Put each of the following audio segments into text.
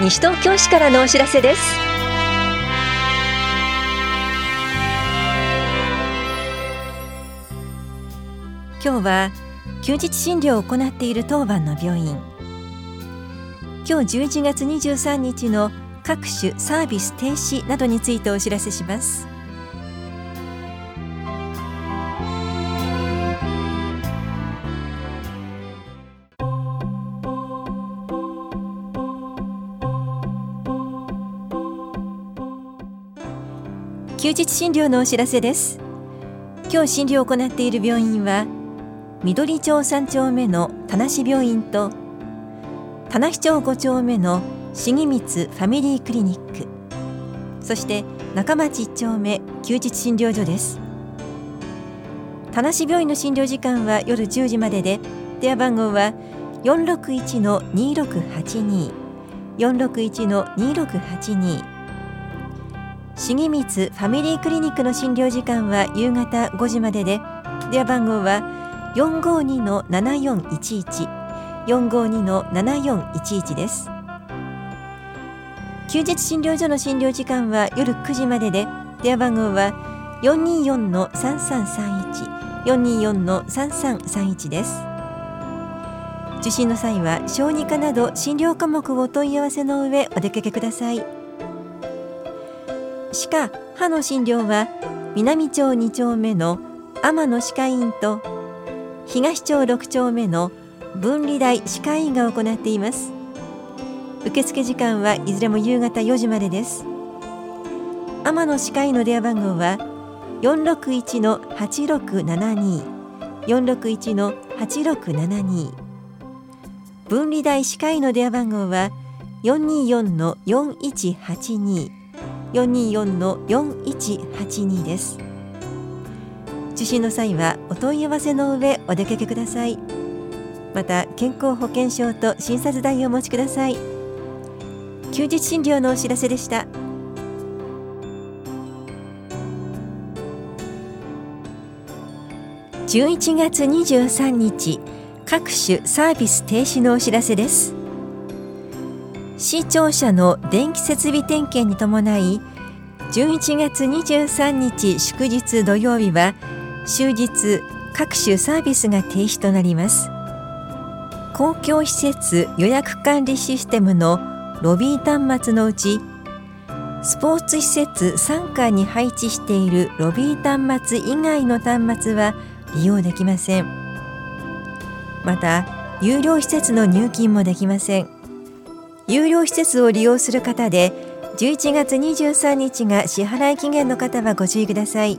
西東京市からのお知らせです。今日は休日診療を行っている当番の病院、今日11月23日の各種サービス停止などについてお知らせします。休日診療のお知らせです。今日診療を行っている病院は緑町3丁目の田無病院と田無町5丁目の重光ファミリークリニック、そして中町1丁目休日診療所です。田無病院の診療時間は夜10時までで、電話番号は 461-2682 461-2682。重光ファミリークリニックの診療時間は夕方5時までで、電話番号は 452-7411 452-7411 です。休日診療所の診療時間は夜9時までで、電話番号は 424-3331 424-3331 です。受診の際は小児科など診療科目をお問い合わせの上お出かけください。歯科・歯の診療は南町2丁目の天野歯科医院と東町6丁目の分離大歯科医院が行っています。受付時間はいずれも夕方4時までです。天野歯科医の電話番号は 461-8672 461-8672。分離大歯科医の電話番号は 424-4182 424-4182 です。受診の際はお問い合わせの上お出かけください。また健康保険証と診察代をお持ちください。休日診療のお知らせでした。11月23日各種サービス停止のお知らせです。市庁舎の電気設備点検に伴い11月23日祝日土曜日は終日各種サービスが停止となります。公共施設予約管理システムのロビー端末のうちスポーツ施設3階に配置しているロビー端末以外の端末は利用できません。また有料施設の入金もできません。有料施設を利用する方で11月23日が支払い期限の方はご注意ください。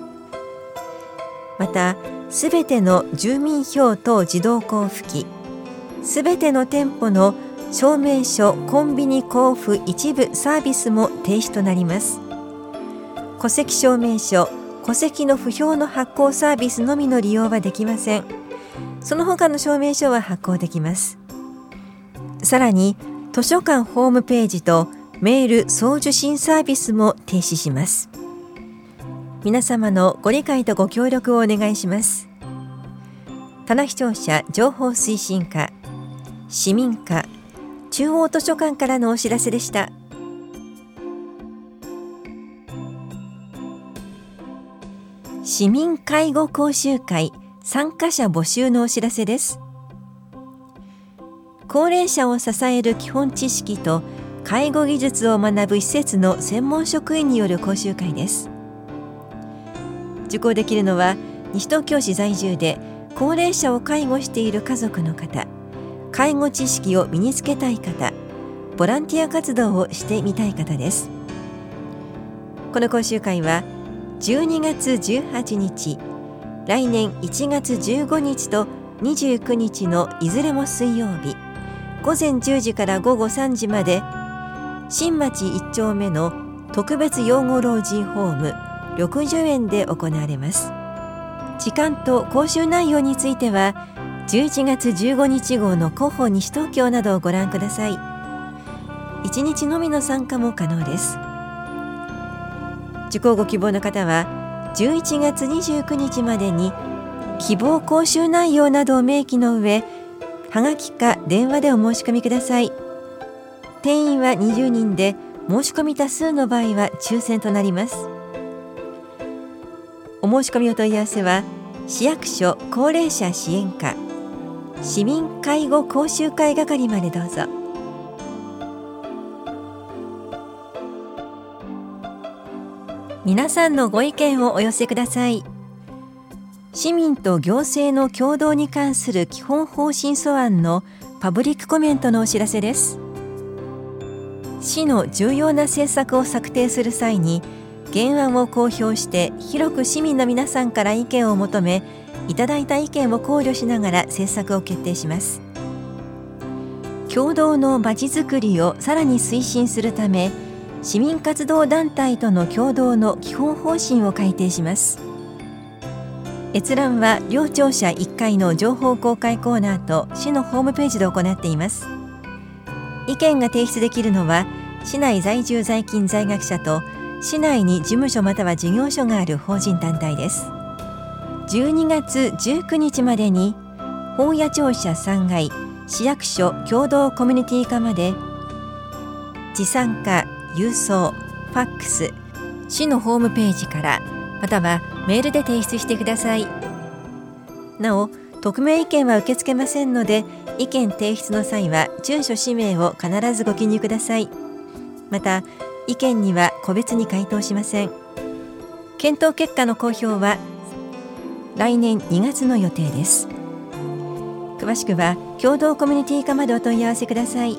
またすべての住民票等自動交付機、すべての店舗の証明書コンビニ交付一部サービスも停止となります。戸籍証明書、戸籍の不評の発行サービスのみの利用はできません。その他の証明書は発行できます。さらに図書館ホームページとメール送受信サービスも停止します。皆様のご理解とご協力をお願いします。田無庁舎情報推進課、市民課、中央図書館からのお知らせでした。市民介護講習会参加者募集のお知らせです。高齢者を支える基本知識と介護技術を学ぶ施設の専門職員による講習会です。受講できるのは西東京市在住で高齢者を介護している家族の方、介護知識を身につけたい方、ボランティア活動をしてみたい方です。この講習会は12月18日、来年1月15日と29日のいずれも水曜日、午前10時から午後3時まで、新町1丁目の特別養護老人ホーム緑樹園で行われます。時間と講習内容については11月15日号の広報西東京などをご覧ください。1日のみの参加も可能です。受講ご希望の方は11月29日までに希望講習内容などを明記の上、はがきか電話でお申し込みください。 定員は20人で、申し込み多数の場合は抽選となります。お申し込みお問い合わせは、市役所高齢者支援課市民介護講習会係までどうぞ。皆さんのご意見をお寄せください。市民と行政の共同に関する基本方針素案のパブリックコメントのお知らせです。市の重要な政策を策定する際に、原案を公表して広く市民の皆さんから意見を求め、いただいた意見を考慮しながら政策を決定します。共同のまちづくりをさらに推進するため、市民活動団体との共同の基本方針を改定します。閲覧は両庁舎1階の情報公開コーナーと市のホームページで行っています。意見が提出できるのは、市内在住在勤在学者と市内に事務所または事業所がある法人団体です。12月19日までに保谷庁舎3階市役所共同コミュニティ課まで持参か郵送、ファックス、市のホームページからまたはメールで提出してください。なお、匿名意見は受け付けませんので、意見提出の際は住所氏名を必ずご記入ください。また、意見には個別に回答しません。検討結果の公表は来年2月の予定です。詳しくは共同コミュニティ課までお問い合わせください。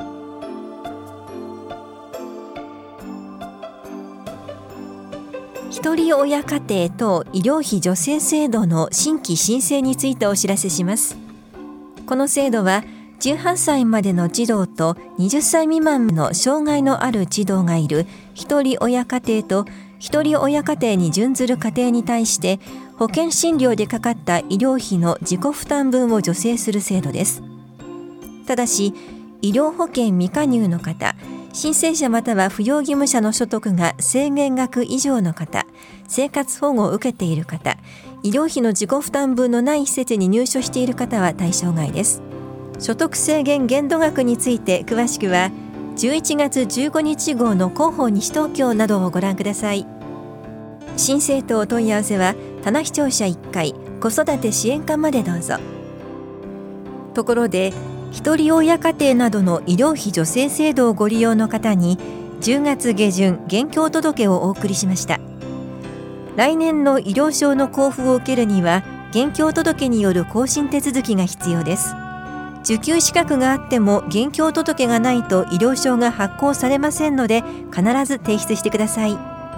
一人親家庭等医療費助成制度の新規申請についてお知らせします。この制度は18歳までの児童と20歳未満の障害のある児童がいる一人親家庭と一人親家庭に準ずる家庭に対して保険診療でかかった医療費の自己負担分を助成する制度です。ただし、医療保険未加入の方、申請者または扶養義務者の所得が制限額以上の方、生活保護を受けている方、医療費の自己負担分のない施設に入所している方は対象外です。所得制限限度額について詳しくは11月15日号の広報西東京などをご覧ください。申請等お問い合わせは棚視聴者1階子育て支援課までどうぞ。ところで、一人親家庭などの医療費助成制度をご利用の方に10月下旬現況届をお送りしました。来年の医療証の交付を受けるには現況届による更新手続きが必要です。受給資格があっても現況届がないと医療証が発行されませんので、必ず提出してください。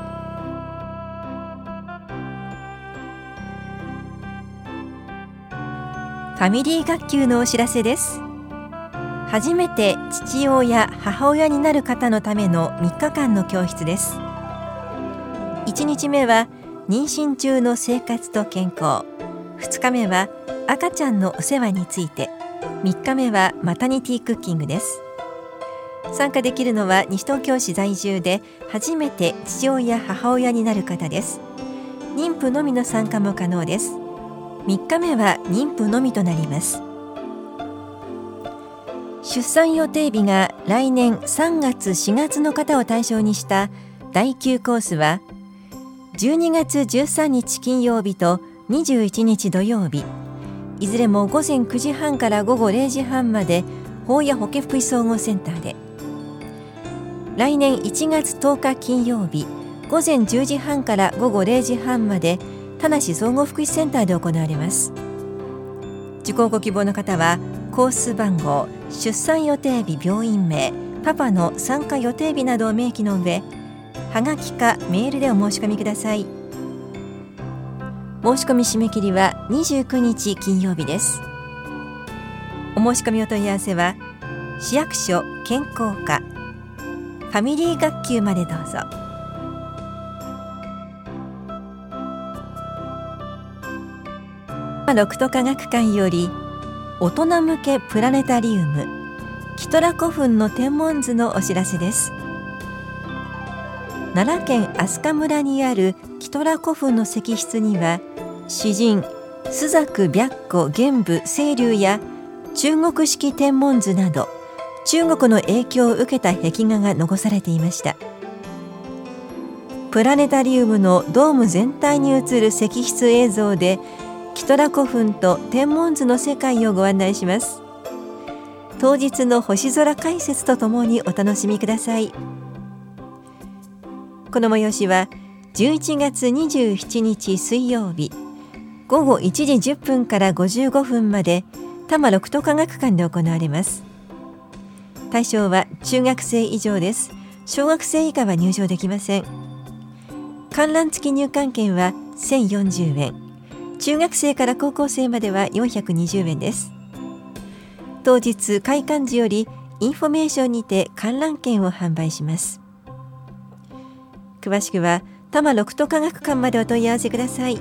ファミリー学級のお知らせです。初めて父親・母親になる方のための3日間の教室です。1日目は妊娠中の生活と健康、2日目は赤ちゃんのお世話について、3日目はマタニティクッキングです。参加できるのは西東京市在住で初めて父親・母親になる方です。妊婦のみの参加も可能です。3日目は妊婦のみとなります。出産予定日が来年3月4月の方を対象にした第9コースは12月13日金曜日と21日土曜日、いずれも午前9時半から午後0時半まで保谷保健福祉総合センターで、来年1月10日金曜日午前10時半から午後0時半まで田無総合福祉センターで行われます。受講ご希望の方はコース番号、出産予定日、病院名、パパの参加予定日などを明記の上、はがきかメールでお申し込みください。申し込み締め切りは29日金曜日です。お申し込みお問い合わせは市役所健康課ファミリー学級までどうぞ。六都科学館より大人向けプラネタリウムキトラ古墳の天文図のお知らせです。奈良県明日香村にあるキトラ古墳の石室には詩人朱雀白虎玄武青龍や中国式天文図など中国の影響を受けた壁画が残されていました。プラネタリウムのドーム全体に映る石室映像で、キトラ古墳と天文図の世界をご案内します。当日の星空解説とともにお楽しみください。この催しは11月27日水曜日午後1時10分から55分まで多摩六都科学館で行われます。対象は中学生以上です。小学生以下は入場できません。観覧付き入館券は1040円、中学生から高校生までは420円です。当日開館時よりインフォメーションにて観覧券を販売します。詳しくは多摩六都科学館までお問い合わせください。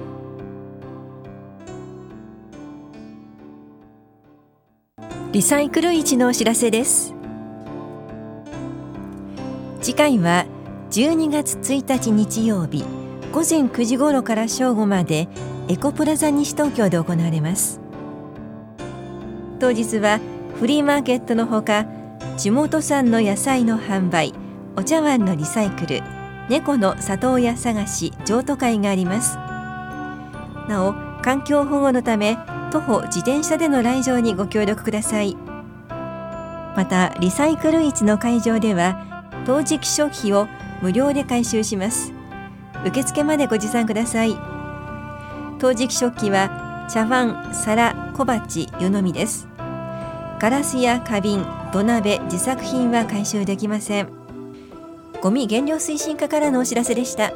リサイクル市のお知らせです。次回は12月1日日曜日午前9時頃から正午までエコプラザ西東京で行われます。当日はフリーマーケットのほか、地元産の野菜の販売、お茶碗のリサイクル、猫の里親探し譲渡会があります。なお、環境保護のため徒歩自転車での来場にご協力ください。またリサイクル市の会場では陶磁器食費を無料で回収します。受付までご持参ください。陶磁器食器は茶碗、皿、小鉢、湯飲みです。ガラスや花瓶、土鍋、自作品は回収できません。ゴミ減量推進課からのお知らせでした。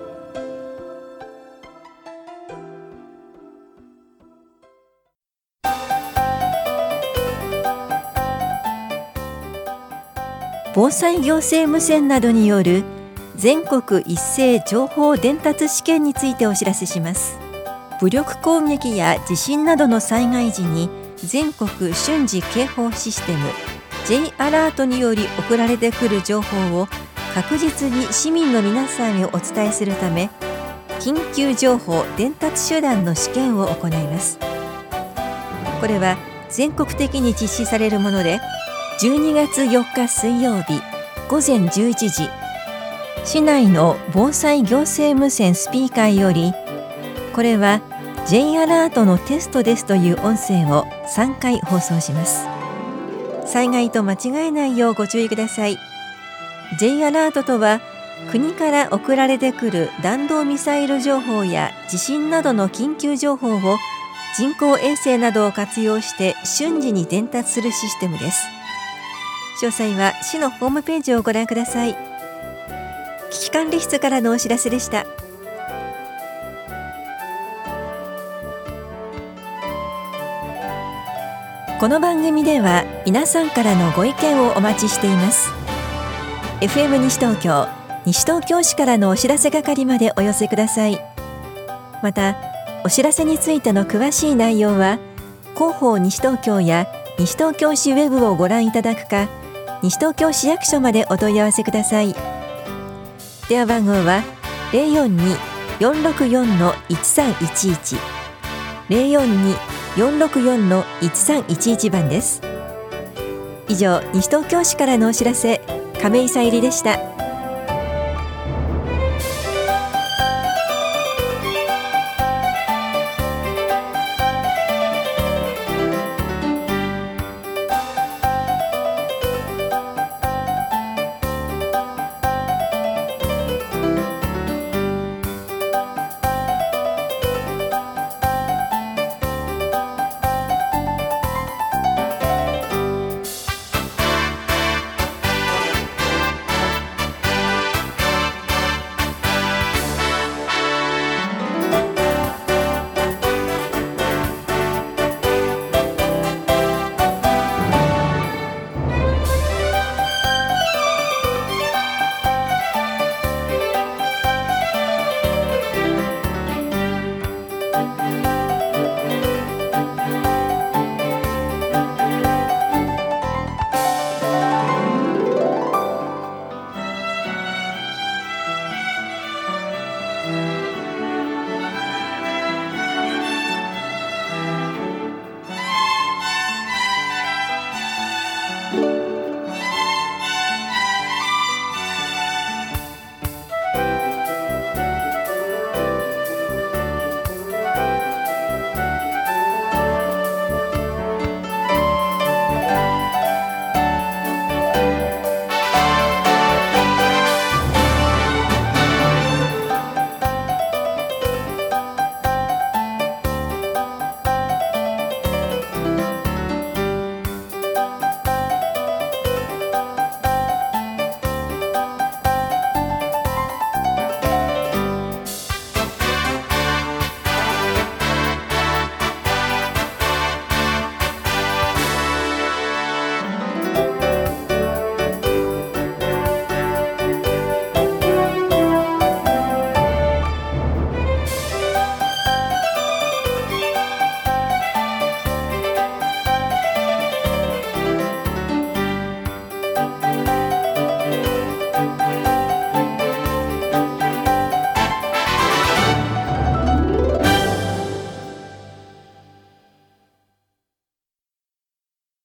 防災行政無線などによる全国一斉情報伝達試験についてお知らせします。武力攻撃や地震などの災害時に全国瞬時警報システム J アラートにより送られてくる情報を確実に市民の皆さんへお伝えするため、緊急情報伝達手段の試験を行います。これは全国的に実施されるもので、12月4日水曜日午前11時、市内の防災行政無線スピーカーより、これは J アラートのテストですという音声を3回放送します。災害と間違えないようご注意ください。J アラートとは、国から送られてくる弾道ミサイル情報や地震などの緊急情報を人工衛星などを活用して瞬時に伝達するシステムです。詳細は市のホームページをご覧ください。危機管理室からのお知らせでした。この番組では皆さんからのご意見をお待ちしています。FM 西東京、西東京市からのお知らせ係までお寄せください。また、お知らせについての詳しい内容は、広報西東京や西東京市ウェブをご覧いただくか、西東京市役所までお問い合わせください。電話番号は 042-464-1311 042-464-1311 番です。以上、西東京市からのお知らせ、亀井さゆりでした。